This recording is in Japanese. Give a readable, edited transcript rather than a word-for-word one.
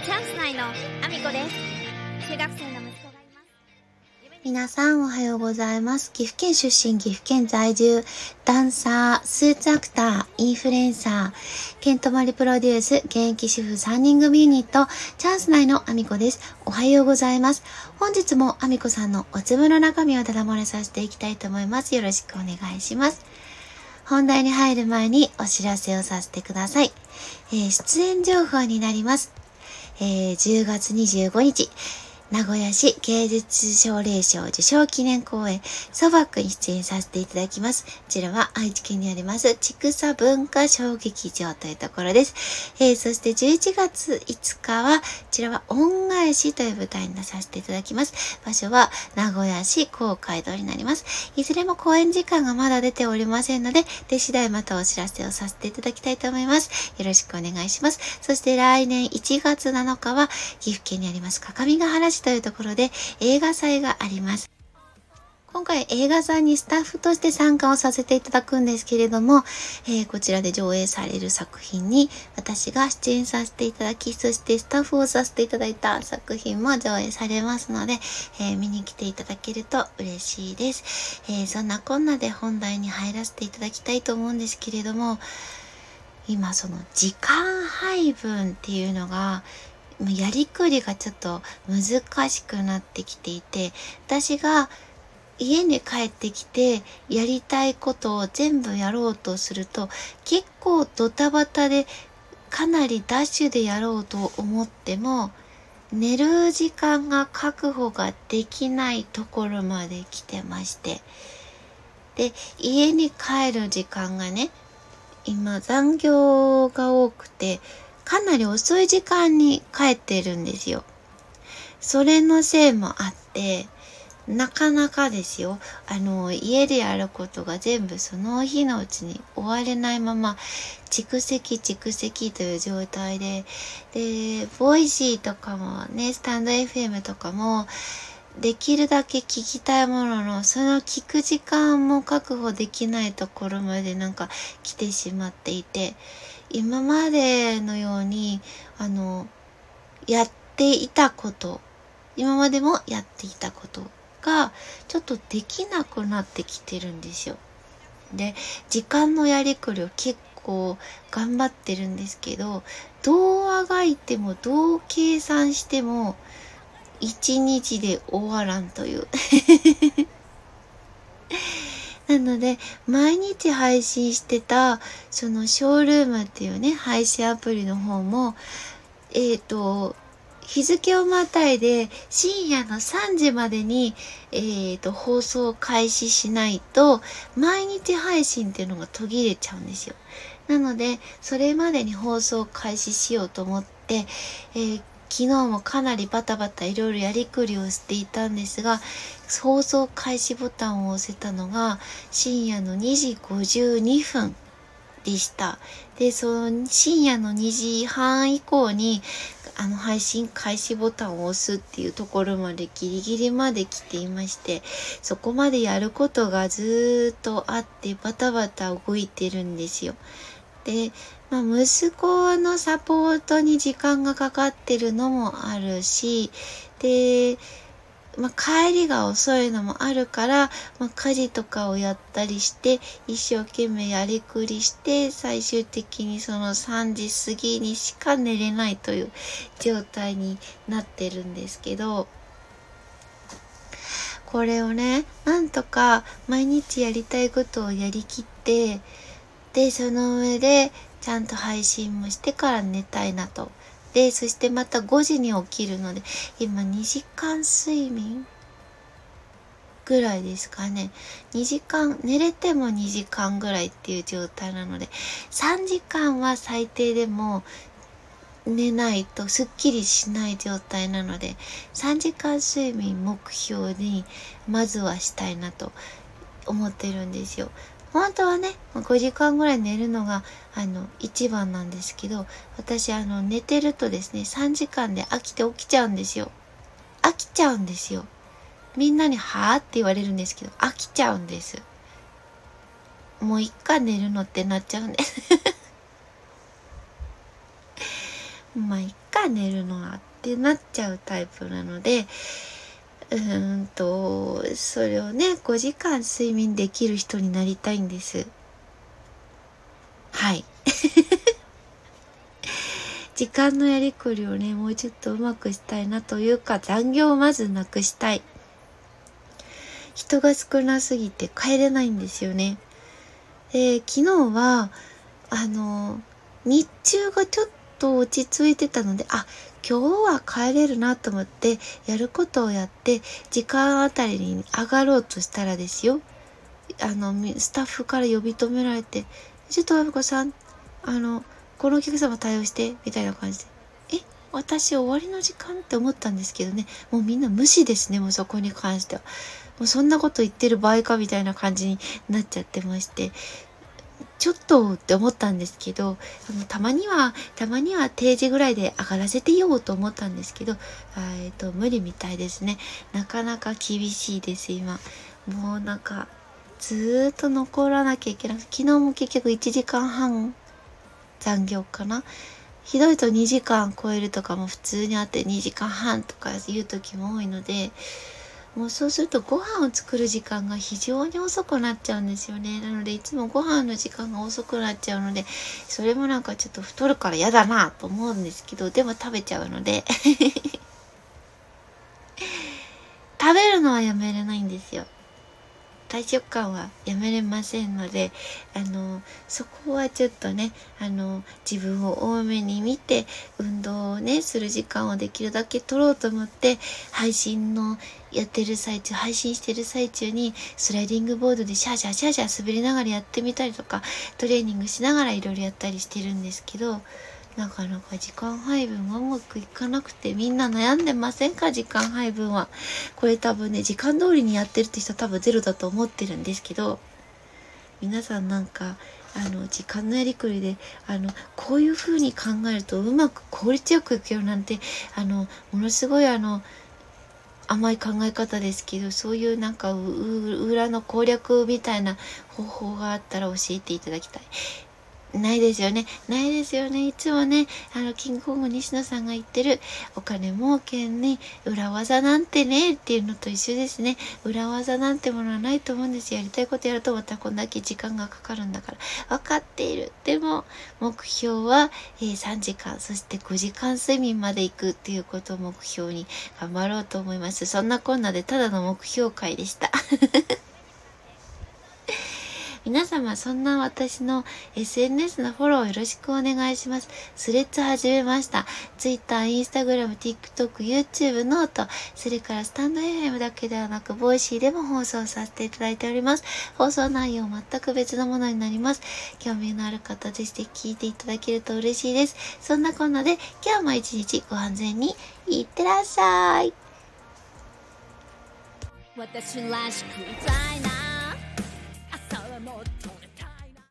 チャンス内のアミコです。中学生の息子がいます。 皆さんおはようございます。岐阜県出身、岐阜県在住、ダンサー、スーツアクター、インフルエンサー、ケントマリプロデュース、現役主婦3人組ユニット、チャンス内のアミコです。おはようございます。本日もアミコさんのお粒の中身をただ漏れさせていきたいと思います。よろしくお願いします。本題に入る前にお知らせをさせてください。出演情報になります。10月25日、名古屋市芸術奨励賞受賞記念公演ソバックに出演させていただきます。こちらは愛知県にあります千種文化小劇場というところです。そして11月5日はこちらは恩返しという舞台に出させていただきます。場所は名古屋市公会堂になります。いずれも公演時間がまだ出ておりませんので、出次第またお知らせをさせていただきたいと思います。よろしくお願いします。そして来年1月7日は岐阜県にあります各務原市というところで映画祭があります。今回映画祭にスタッフとして参加をさせていただくんですけれども、こちらで上映される作品に私が出演させていただき、そしてスタッフをさせていただいた作品も上映されますので、見に来ていただけると嬉しいです。そんなこんなで本題に入らせていただきたいと思うんですけれども、今その時間配分っていうのがやりくりがちょっと難しくなってきていて、私が家に帰ってきてやりたいことを全部やろうとすると結構ドタバタでかなりダッシュでやろうと思っても寝る時間が確保ができないところまで来てまして、で家に帰る時間がね、今残業が多くてかなり遅い時間に帰ってるんですよ。それのせいもあってなかなかですよ、家でやることが全部その日のうちに終われないまま蓄積という状態で、ボイシーとかもね、スタンド FM とかもできるだけ聞きたいものの、その聞く時間も確保できないところまで来てしまっていて、今までのようにやっていたこと、今までもやっていたことがちょっとできなくなってきてるんですよ。で、時間のやりくりを結構頑張ってるんですけど、どうあがいてもどう計算しても1日で終わらんというなので毎日配信してたそのショールームっていうね配信アプリの方も日付をまたいで深夜の3時までに放送開始しないと毎日配信っていうのが途切れちゃうんですよ。なのでそれまでに放送開始しようと思って、昨日もかなりバタバタいろいろやりくりをしていたんですが、放送開始ボタンを押せたのが深夜の2時52分でした。で、その深夜の2時半以降に配信開始ボタンを押すっていうところまでギリギリまで来ていまして、そこまでやることがずっとあってバタバタ動いてるんですよ。で、息子のサポートに時間がかかってるのもあるし、で、帰りが遅いのもあるから、家事とかをやったりして一生懸命やりくりして最終的にその3時過ぎにしか寝れないという状態になってるんですけど、これをね、なんとか毎日やりたいことをやりきって、でその上でちゃんと配信もしてから寝たいなと。でそしてまた5時に起きるので今2時間睡眠ぐらいですかね。2時間寝れても2時間ぐらいっていう状態なので3時間は最低でも寝ないとすっきりしない状態なので3時間睡眠目標にまずはしたいなと思ってるんですよ。本当はね5時間ぐらい寝るのが一番なんですけど、私寝てるとですね3時間で飽きて起きちゃうんですよ。飽きちゃうんですよ。みんなにはぁって言われるんですけど飽きちゃうんです。もういっか寝るのってなっちゃうんですまあいっかか寝るのはってなっちゃうタイプなので、それをね、5時間睡眠できる人になりたいんです。はい。時間のやりくりをね、もうちょっとうまくしたいなというか、残業をまずなくしたい。人が少なすぎて帰れないんですよね。昨日は、日中がちょっと落ち着いてたので、今日は帰れるなと思って、やることをやって、時間あたりに上がろうとしたらですよ、スタッフから呼び止められて、ちょっとアビコさん、このお客様対応して、みたいな感じで。私終わりの時間って思ったんですけどね、もうみんな無視ですね、もうそこに関しては。もうそんなこと言ってる場合かみたいな感じになっちゃってまして、ちょっとって思ったんですけど、たまには定時ぐらいで上がらせてようと思ったんですけど、無理みたいですね。なかなか厳しいです、今。もうなんか、ずーっと残らなきゃいけない。昨日も結局1時間半残業かな。ひどいと2時間超えるとかも普通にあって2時間半とかいう時も多いので、もうそうするとご飯を作る時間が非常に遅くなっちゃうんですよね。なのでいつもご飯の時間が遅くなっちゃうので、それもなんかちょっと太るから嫌だなと思うんですけど、でも食べちゃうので食べるのはやめれないんですよ。大食感はやめれませんので、そこはちょっとね、自分を多めに見て、運動をね、する時間をできるだけ取ろうと思って、配信してる最中に、スライディングボードでシャーシャーシャーシャー滑りながらやってみたりとか、トレーニングしながらいろいろやったりしてるんですけど、なかなか時間配分はうまくいかなくて、みんな悩んでませんか？時間配分は。これ多分ね、時間通りにやってるって人は多分ゼロだと思ってるんですけど、皆さんなんか、時間のやりくりで、こういう風に考えるとうまく効率よくいくよなんて、ものすごい甘い考え方ですけど、そういうなんか裏の攻略みたいな方法があったら教えていただきたい。ないですよね。ないですよね。いつもね、キングコング西野さんが言ってる、お金儲けに裏技なんてね、っていうのと一緒ですね。裏技なんてものはないと思うんですよ。やりたいことやるとまたこんだけ時間がかかるんだから。わかっている。でも、目標は、3時間、そして5時間睡眠まで行くっていうことを目標に頑張ろうと思います。そんなこんなでただの目標会でした。皆様、そんな私の SNS のフォローよろしくお願いします。スレッズ始めました。Twitter、Instagram、TikTok、YouTube、ノート、それからスタンド FM だけではなく、ボイシーでも放送させていただいております。放送内容全く別のものになります。興味のある方でして聞いていただけると嬉しいです。そんなこんなで、今日も一日ご安全にいってらっしゃい。 私らしくいたいな、朝はもう